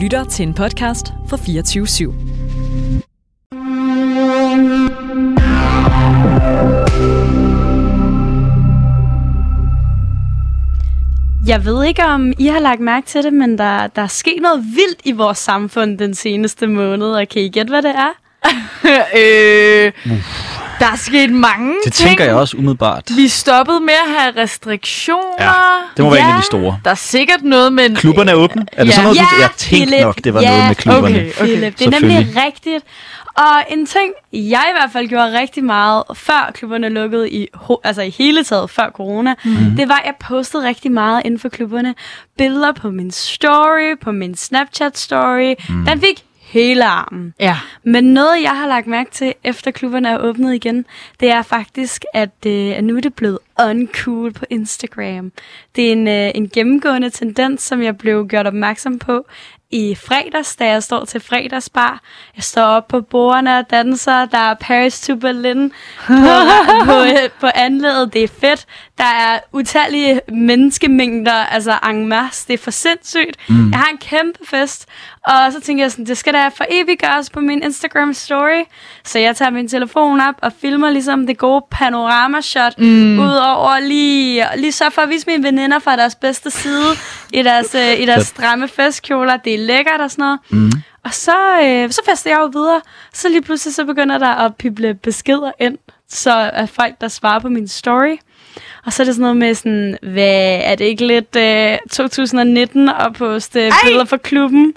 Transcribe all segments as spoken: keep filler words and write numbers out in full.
lytter til en podcast fra fireogtyve syv. Jeg ved ikke, om I har lagt mærke til det, men der, der er sket noget vildt i vores samfund den seneste måned, og kan I gætte, hvad det er? øh, der er sket mange Det ting. tænker jeg også umiddelbart. Vi stoppede med at have restriktioner. Ja, det må være ja, en af de store. Der er sikkert noget med... Klubberne er åbne? Er det Ja. sådan noget, Ja, du... Jeg tænkte Philip. nok, det var Ja, noget med klubberne. okay, okay. Philip, det er nemlig rigtigt. Og en ting, jeg i hvert fald gjorde rigtig meget, før klubberne lukkede, i, ho- altså i hele taget før corona, mm-hmm. det var, at jeg postede rigtig meget inden for klubberne. Billeder på min story, på min Snapchat-story. Mm. Den fik hele armen. Ja. Men noget, jeg har lagt mærke til, efter klubberne er åbnet igen, det er faktisk, at, øh, at nu er det blevet uncool på Instagram. Det er en, øh, en gennemgående tendens, som jeg blev gjort opmærksom på i fredags, da jeg står til fredagsbar. Jeg står op på bordene og danser. Der er Paris to Berlin på, på, på anlægget. Det er fedt. Der er utallige menneskemængder, altså en masse. Det er for sindssygt. Mm. Jeg har en kæmpe fest. Og så tænker jeg sådan, det skal da for evigt gøres på min Instagram story. Så jeg tager min telefon op og filmer ligesom det gode panorama-shot. Mm. Udover lige, lige så for at vise mine veninder fra deres bedste side i deres, øh, i deres stramme festkjoler. Det er lækkert og sådan noget. Mm. Og så, øh, så fester jeg jo videre. Så lige pludselig så begynder der at pible beskeder ind. Så er folk, der svarer på min story. Og så er det sådan noget med sådan, hvad, er det ikke lidt øh, to tusind nitten at poste billeder fra klubben?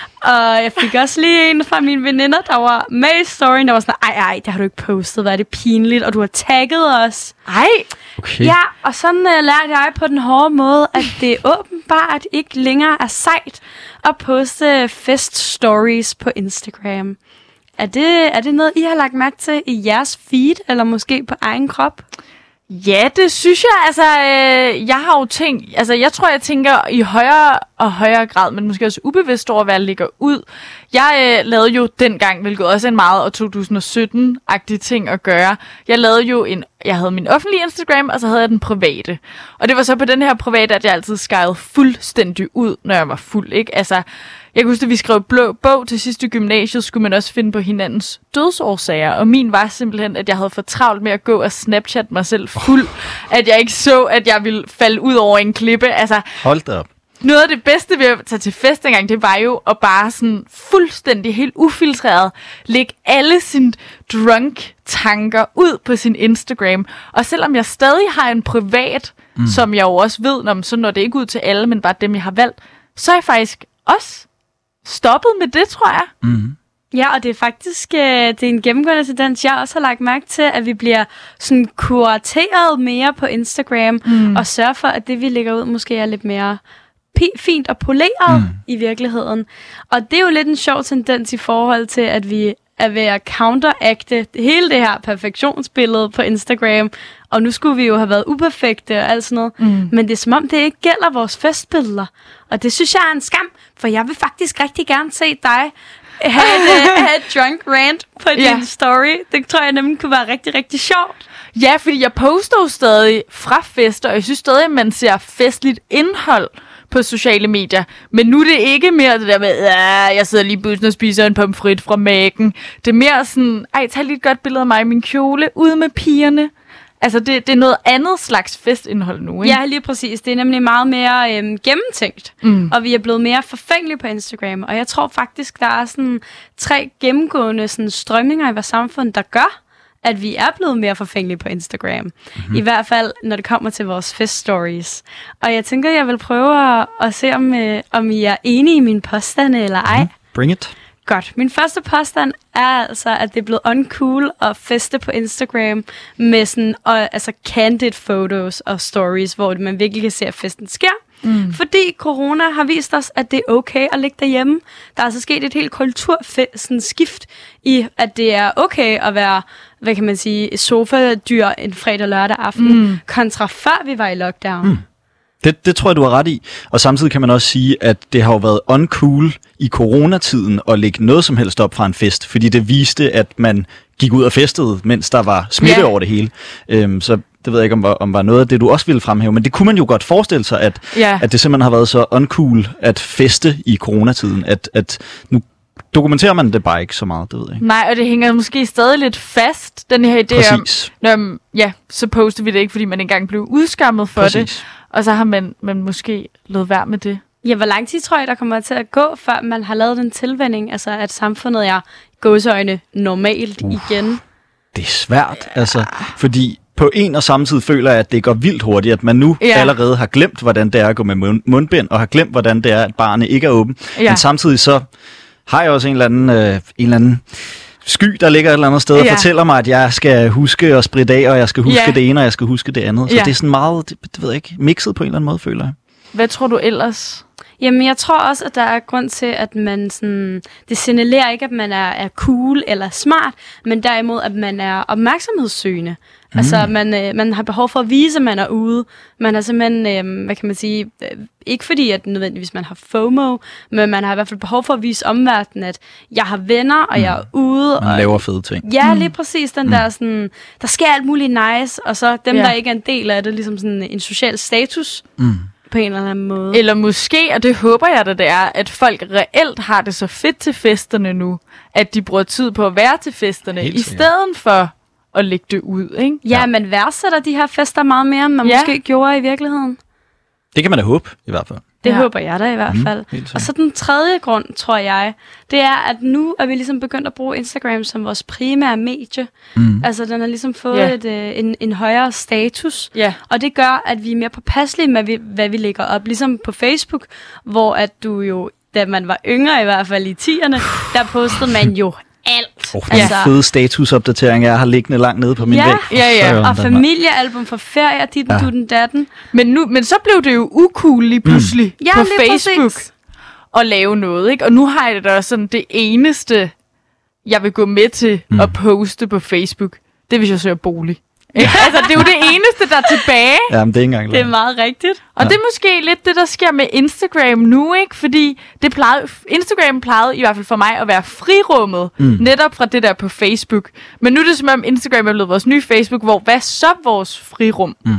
Og jeg fik også lige en fra mine veninder, der var med i storyen, der var sådan, ej, ej, det har du ikke postet, hvad er det pinligt, og du har tagget os. Ej. Okay. Ja, og sådan uh, lærte jeg på den hårde måde, at det åbenbart ikke længere er sejt at poste fest-stories på Instagram. Er det, er det noget, I har lagt mærke til i jeres feed, eller måske på egen krop? Ja, det synes jeg. Altså, øh, jeg har jo tænkt... Altså, jeg tror, jeg tænker i højere og højere grad, men måske også ubevidst over, hvad jeg lægger ud. Jeg øh, lavede jo dengang, hvilket også en meget og to tusind sytten-agtige ting at gøre. Jeg lavede jo en... Jeg havde min offentlige Instagram, og så havde jeg den private. Og det var så på den her private, at jeg altid skejede fuldstændig ud, når jeg var fuld, ikke? Altså, jeg kan huske, at vi skrev blå bog til sidste gymnasiet, skulle man også finde på hinandens dødsårsager. Og min var simpelthen, at jeg havde for travlt med at gå og Snapchat mig selv fuld. At jeg ikke så, at jeg ville falde ud over en klippe. Altså, hold da op. noget af det bedste ved at tage til fest dengang, det var jo at bare sådan fuldstændig helt ufiltreret lægge alle sine drunk tanker ud på sin Instagram. Og selvom jeg stadig har en privat, mm. som jeg jo også ved, når, så når det ikke ud til alle, men bare dem, jeg har valgt, så er jeg faktisk også stoppet med det, tror jeg. Mm. Ja, og det er faktisk øh, det er en gennemgående tendens, jeg også har lagt mærke til, at vi bliver sådan kurateret mere på Instagram, mm. og sørger for, at det, vi lægger ud, måske er lidt mere p- fint og poleret mm. i virkeligheden. Og det er jo lidt en sjov tendens i forhold til, at vi er ved at counteracte hele det her perfektionsbillede på Instagram, og nu skulle vi jo have været uperfekte og alt sådan noget, mm. men det er som om, det ikke gælder vores festbilleder. Og det synes jeg er en skam, for jeg vil faktisk rigtig gerne se dig have et, uh, have et drunk rant på Ja. din story. Det tror jeg nemlig kunne være rigtig, rigtig sjovt. Ja, fordi jeg poster jo stadig fra fester, og jeg synes stadig, at man ser festligt indhold på sociale medier. Men nu er det ikke mere det der med, ja, jeg sidder lige i bussen og spiser en pomfrit fra Mac'en. Det er mere sådan, ej, tag lige et godt billede af mig i min kjole, ude med pigerne. Altså, det, det er noget andet slags festindhold nu, ikke? Ja, lige præcis. Det er nemlig meget mere øhm, gennemtænkt. Mm. Og vi er blevet mere forfængelige på Instagram. Og jeg tror faktisk, der er sådan tre gennemgående sådan, strømninger i vores samfund, der gør, at vi er blevet mere forfængelige på Instagram. Mm-hmm. I hvert fald, når det kommer til vores feststories. Og jeg tænker, jeg vil prøve at, at se, om, øh, om I er enige i mine påstande eller ej. Mm. Bring it. Godt. Min første påstand er altså, at det er blevet uncool at feste på Instagram med sådan, og, altså candid photos og stories, hvor man virkelig kan se, at festen sker. Mm. Fordi corona har vist os, at det er okay at ligge derhjemme. Der er altså sket et helt kulturskift i, at det er okay at være, hvad kan man sige, sofadyr en fredag lørdag aften, mm. kontra før vi var i lockdown. Mm. Det, det tror jeg, du har ret i. Og samtidig kan man også sige, at det har jo været uncool i coronatiden at lægge noget som helst op fra en fest, fordi det viste, at man gik ud og festede, mens der var smitte yeah. over det hele. Øhm, så Det ved jeg ikke, om var, om var noget af det, du også ville fremhæve, men det kunne man jo godt forestille sig, at, Ja. at det simpelthen har været så uncool at feste i coronatiden, at, at nu dokumenterer man det bare ikke så meget, det ved jeg ikke. Nej, og det hænger måske stadig lidt fast, den her idé Præcis. om, når, ja, så postede vi det ikke, fordi man engang blev udskammet for Præcis. det, og så har man, man måske lavet værd med det. Ja, hvor lang tid tror jeg, der kommer til at gå, før man har lavet den tilvænning, altså at samfundet er gåseøjne normalt uh. igen? Det er svært, altså, fordi på en og samme tid føler jeg, at det går vildt hurtigt, at man nu Ja. allerede har glemt, hvordan det er at gå med mund- mundbind, og har glemt, hvordan det er, at barnet ikke er åben. Ja. Men samtidig så har jeg også en eller anden, øh, en eller anden sky, der ligger et eller andet sted og Ja. fortæller mig, at jeg skal huske at spritte af, og jeg skal huske Ja. det ene, og jeg skal huske det andet. Så Ja. det er sådan meget, det, det ved jeg ikke, mixet på en eller anden måde, føler jeg. Hvad tror du ellers? Jamen, jeg tror også, at der er grund til, at man sådan... Det signalerer ikke, at man er, er cool eller smart, men derimod, at man er opmærksomhedssøgende. Mm. Altså, man, øh, man har behov for at vise, at man er ude. Man har simpelthen, øh, hvad kan man sige... Øh, ikke fordi, at nødvendigvis man har FOMO, men man har i hvert fald behov for at vise omverdenen, at jeg har venner, og mm. jeg er ude. Man og, laver fede ting. Ja, lige præcis. Den mm. der sådan... Der sker alt muligt nice, og så dem, Ja. der ikke er en del af det, ligesom sådan en social status. Mm. På en eller anden måde. Eller måske, og det håber jeg da, det er, at folk reelt har det så fedt til festerne nu, at de bruger tid på at være til festerne, Helt i sikkert. stedet for at lægge det ud, ikke? Ja, man værdsætter de her fester meget mere, end man Ja. måske gjorde i virkeligheden. Det kan man da håbe, i hvert fald. Det Ja. ja. håber jeg da i hvert Mm, fald. helt sikkert. Og så den tredje grund, tror jeg, det er, at nu er vi ligesom begyndt at bruge Instagram som vores primære medie. Mm. Altså, den har ligesom fået Ja. et, øh, en, en højere status. Ja. Og det gør, at vi er mere påpasselige med, vi- hvad vi lægger op. Ligesom på Facebook, hvor at du jo, da man var yngre i hvert fald i tierne, der postede man jo alt. Oh, altså, fede statusopdatering, jeg har liggende langt nede på min Ja. væg. Ja, ja. Søren Og da, mand. familiealbum for ferier, dit Ja. ja. du den datten. Men, nu, men så blev det jo ucool lige pludselig Ja, på lige Facebook præcis. at lave noget, ikke? Og nu har jeg det da sådan, det eneste, jeg vil gå med til mm. at poste på Facebook, det er, hvis jeg søger bolig. Ikke? Altså, det er jo det eneste, der er tilbage. Jamen, det er ikke engang Det er løgn. meget rigtigt. Og Ja. det er måske lidt det, der sker med Instagram nu, ikke? Fordi det plejede, Instagram plejede i hvert fald for mig at være frirummet, mm. netop fra det der på Facebook. Men nu er det som om Instagram er blevet vores nye Facebook, hvor hvad er så vores frirum? Mm.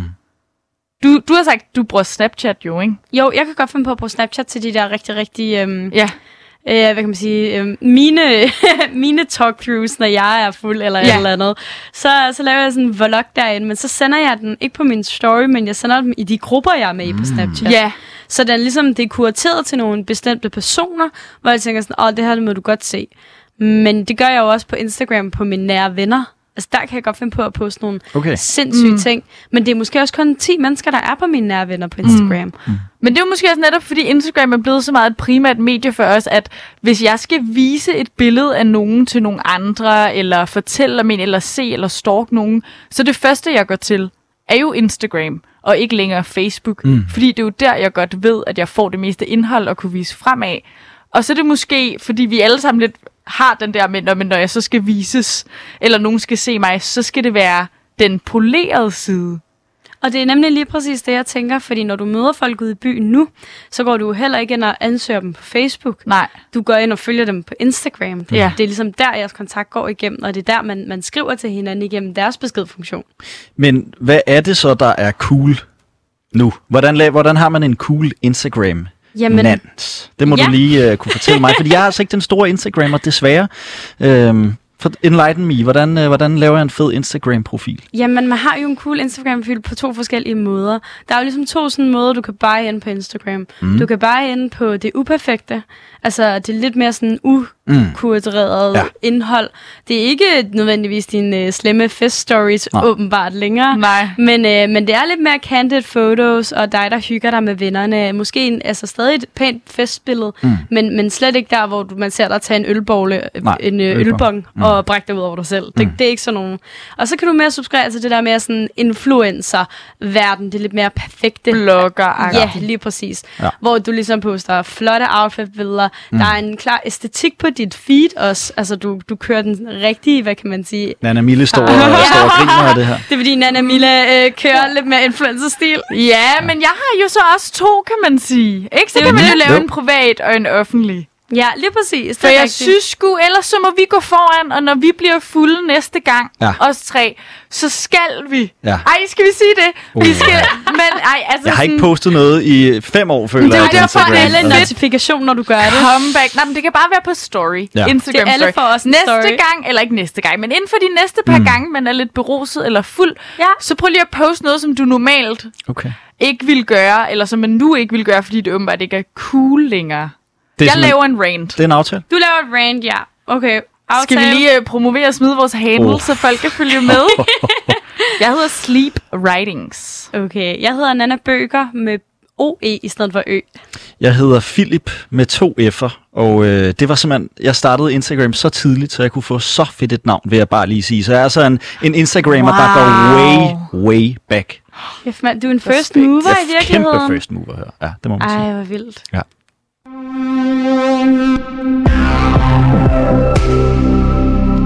Du, du har sagt, du bruger Snapchat jo, ikke? Jo, jeg kan godt finde på at bruge Snapchat til de der rigtig, rigtig... Øhm, Ja. øh, hvad kan man sige? Øhm, mine, mine talkthroughs, når jeg er fuld eller Ja. et eller andet. Så, så laver jeg sådan en vlog derinde, men så sender jeg den ikke på min story, men jeg sender dem i de grupper, jeg er med i på Snapchat. Ja. Så den ligesom, det er kurateret til nogle bestemte personer, hvor jeg tænker sådan, åh, det her det må du godt se. Men det gør jeg jo også på Instagram på mine nære venner. Altså der kan jeg godt finde på at poste nogle Okay. sindssyge Mm. ting. Men det er måske også kun ti mennesker, der er på mine nære venner på Instagram. Mm. Men det er jo måske også netop, fordi Instagram er blevet så meget et primært medie for os, at hvis jeg skal vise et billede af nogen til nogle andre, eller fortælle om en, eller se, eller stalk nogen, så det første, jeg går til, er jo Instagram, og ikke længere Facebook. Mm. Fordi det er jo der, jeg godt ved, at jeg får det meste indhold at kunne vise fremad. Og så er det måske, fordi vi alle sammen lidt har den der med, når, men når jeg så skal vises, eller nogen skal se mig, så skal det være den polerede side. Og det er nemlig lige præcis det, jeg tænker, fordi når du møder folk ude i byen nu, så går du heller ikke ind og ansøger dem på Facebook. Nej. Du går ind og følger dem på Instagram. Ja. Det er ligesom der, jeres kontakt går igennem, og det er der, man, man skriver til hinanden igennem deres beskedfunktion. Men hvad er det så, der er cool nu? Hvordan, la- hvordan har man en cool Instagram? Jamen, Nans. Det må ja. du lige uh, kunne fortælle mig, fordi jeg er altså ikke den store Instagrammer, desværre. Øhm, for enlighten me, hvordan, uh, hvordan laver jeg en fed Instagram-profil? Jamen, man har jo en cool Instagram-profil på to forskellige måder. Der er jo ligesom to sådan måder, du kan buy ind på Instagram. Mm. Du kan buy ind på det uperfekte, altså det er lidt mere sådan ukuratoreret Mm. Ja. indhold. Det er ikke nødvendigvis dine uh, slemme fest-stories Nej. åbenbart længere. Nej. Men, øh, men det er lidt mere candid photos, og dig, der hygger dig med vennerne. Måske en, altså stadig et pænt festbillede, mm. men, men slet ikke der, hvor du, man ser dig tage en ølbogle, Nej, en øh, ølbong. ølbong, Mm. og brække dig ud over dig selv. Det, Mm. det er ikke sådan nogen. Og så kan du mere subscribe til det der mere sådan influencer-verden. Det er lidt mere perfekte. Blogger. Ja, lige præcis. Ja. Hvor du ligesom poster flotte outfit-billeder. Mm. Der er en klar æstetik på dit feed også. Altså, du, du kører den rigtige, hvad kan man sige. Nana Mille står og, Ja. står og griner af det her. Det er fordi, Nana Mille øh, kører lidt mere influencer-stil. Ja, men jeg har jo så også to, kan man sige. Ikke? Så Det er kan jo man jo det. lave Jo. en privat og en offentlig. Ja, lige præcis. For jeg synes sgu, ellers så må vi gå foran, og når vi bliver fulde næste gang, ja. os tre, så skal vi. Ja. Ej, skal vi sige det? Uh. Vi skal, men ej, altså jeg har sådan, ikke postet noget i fem år, føler jeg. Det er derfor alle notifikationer, når du gør det. Comeback. Nej, men det kan bare være på story. Ja. Instagram det er alle story. for os næste story. gang, eller ikke næste gang, men inden for de næste par mm. gange, man er lidt beruset eller fuld, ja. så prøv lige at poste noget, som du normalt okay. ikke vil gøre, eller som man nu ikke vil gøre, fordi det åbenbart ikke er cool længere. Det er jeg laver en rant. Det er en aftale. Du laver et rant, ja. Okay. Aftale. Skal vi lige uh, promovere og smide vores handle, oh. så folk kan følge med? Jeg hedder Sleep Writings. Okay. Jeg hedder Nana Bøger med O E i stedet for Ø. Jeg hedder Philip med to F'er, og øh, det var simpelthen, jeg startede Instagram så tidligt, så jeg kunne få så fedt et navn, vil jeg bare lige sige. Så jeg er altså en, en Instagrammer, wow. der går way, way back. Yes, man, du er en first mover jeg i virkeligheden. Kæmpe first mover her, ja, det må man Ej, sige. Ej, hvor vildt. Ja.